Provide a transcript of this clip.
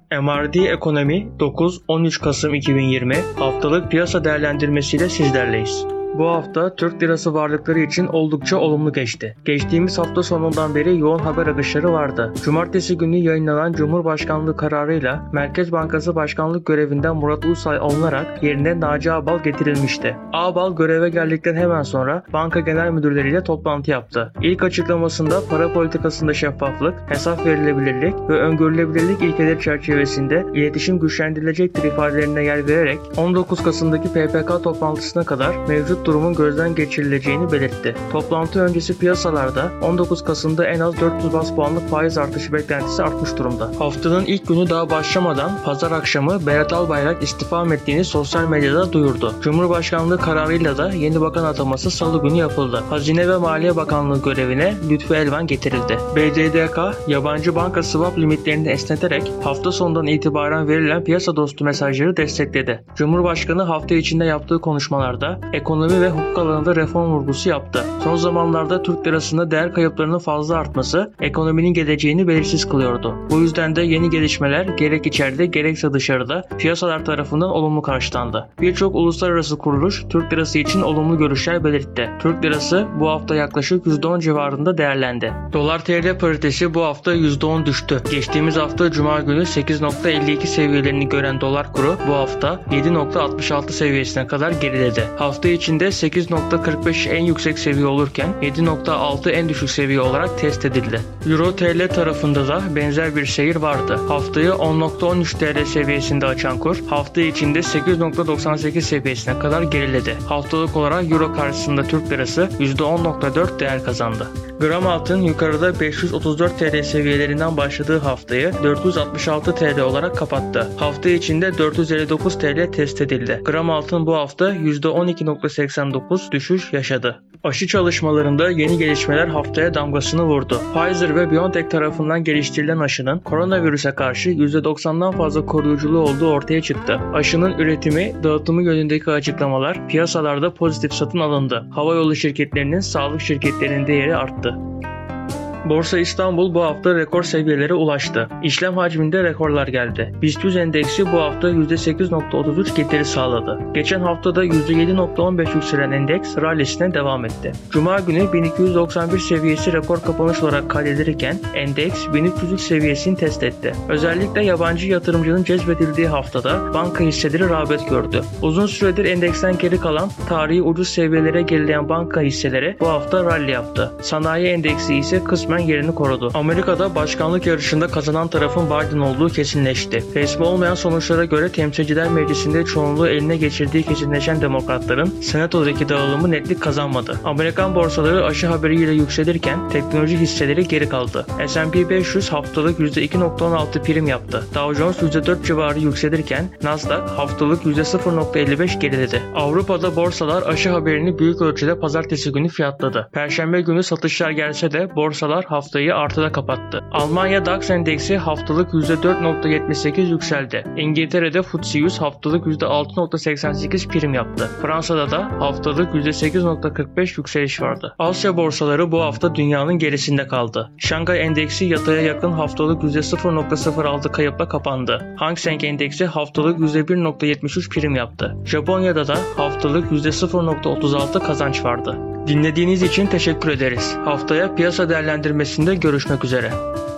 MRD Ekonomi 9-13 Kasım 2020 haftalık piyasa değerlendirmesiyle sizlerleyiz. Bu hafta Türk lirası varlıkları için oldukça olumlu geçti. Geçtiğimiz hafta sonundan beri yoğun haber akışları vardı. Cumartesi günü yayınlanan Cumhurbaşkanlığı kararıyla Merkez Bankası Başkanlık görevinden Murat Uysal alınarak yerine Naci Ağbal getirilmişti. Ağbal göreve geldikten hemen sonra banka genel müdürleriyle toplantı yaptı. İlk açıklamasında para politikasında şeffaflık, hesap verilebilirlik ve öngörülebilirlik ilkeleri çerçevesinde iletişim güçlendirilecektir ifadelerine yer vererek 19 Kasım'daki PPK toplantısına kadar mevcut durumun gözden geçirileceğini belirtti. Toplantı öncesi piyasalarda 19 Kasım'da en az 400 bas puanlık faiz artışı beklentisi artmış durumda. Haftanın ilk günü daha başlamadan pazar akşamı Berat Albayrak istifa ettiğini sosyal medyada duyurdu. Cumhurbaşkanlığı kararıyla da yeni bakan ataması salı günü yapıldı. Hazine ve Maliye Bakanlığı görevine Lütfü Elvan getirildi. BDDK, yabancı banka swap limitlerini esneterek hafta sonundan itibaren verilen piyasa dostu mesajları destekledi. Cumhurbaşkanı hafta içinde yaptığı konuşmalarda ekonomi ve hukuk alanında reform vurgusu yaptı. Son zamanlarda Türk lirasında değer kayıplarının fazla artması ekonominin geleceğini belirsiz kılıyordu. Bu yüzden de yeni gelişmeler gerek içeride gerekse dışarıda piyasalar tarafından olumlu karşılandı. Birçok uluslararası kuruluş Türk lirası için olumlu görüşler belirtti. Türk lirası bu hafta yaklaşık %10 civarında değerlendi. Dolar TL paritesi bu hafta %10 düştü. Geçtiğimiz hafta Cuma günü 8.52 seviyelerini gören dolar kuru bu hafta 7.66 seviyesine kadar geriledi. Hafta içinde 8.45 en yüksek seviye olurken 7.6 en düşük seviye olarak test edildi. Euro TL tarafında da benzer bir seyir vardı. Haftayı 10.13 TL seviyesinde açan kur hafta içinde 8.98 seviyesine kadar geriledi. Haftalık olarak Euro karşısında Türk lirası %10.4 değer kazandı. Gram altın yukarıda 534 TL seviyelerinden başladığı haftayı 466 TL olarak kapattı. Hafta içinde 459 TL test edildi. Gram altın bu hafta %12.89 düşüş yaşadı. Aşı çalışmalarında yeni gelişmeler haftaya damgasını vurdu. Pfizer ve BioNTech tarafından geliştirilen aşının koronavirüse karşı %90'dan fazla koruyuculuğu olduğu ortaya çıktı. Aşının üretimi, dağıtımı yönündeki açıklamalar piyasalarda pozitif satın alındı. Havayolu şirketlerinin sağlık şirketlerinin değeri arttı. Borsa İstanbul bu hafta rekor seviyelere ulaştı. İşlem hacminde rekorlar geldi. BIST 100 endeksi bu hafta %8.33 getiri sağladı. Geçen haftada %7.15 yükselen endeks rallisine devam etti. Cuma günü 1291 seviyesi rekor kapanış olarak kaydedilirken endeks 1303 seviyesini test etti. Özellikle yabancı yatırımcının cezbedildiği haftada banka hisseleri rağbet gördü. Uzun süredir endeksten geri kalan tarihi ucuz seviyelere gerileyen banka hisseleri bu hafta rally yaptı. Sanayi endeksi ise kısmen yerini korudu. Amerika'da başkanlık yarışında kazanan tarafın Biden olduğu kesinleşti. Resmi olmayan sonuçlara göre Temsilciler Meclisi'nde çoğunluğu eline geçirdiği kesinleşen demokratların senatodaki dağılımı netlik kazanmadı. Amerikan borsaları aşı haberiyle yükselirken teknoloji hisseleri geri kaldı. S&P 500 haftalık %2.16 prim yaptı. Dow Jones %4 civarı yükselirken Nasdaq haftalık %0.55 geriledi. Avrupa'da borsalar aşı haberini büyük ölçüde pazartesi günü fiyatladı. Perşembe günü satışlar gelse de borsalar haftayı artıda kapattı. Almanya DAX endeksi haftalık %4.78 yükseldi. İngiltere'de FTSE 100 haftalık %6.88 prim yaptı. Fransa'da da haftalık %8.45 yükseliş vardı. Asya borsaları bu hafta dünyanın gerisinde kaldı. Şangay endeksi yataya yakın haftalık %0.06 kayıpla kapandı. Hang Seng endeksi haftalık %1.73 prim yaptı. Japonya'da da haftalık %0.36 kazanç vardı. Dinlediğiniz için teşekkür ederiz. Haftaya piyasa değerlendirmesinde görüşmek üzere.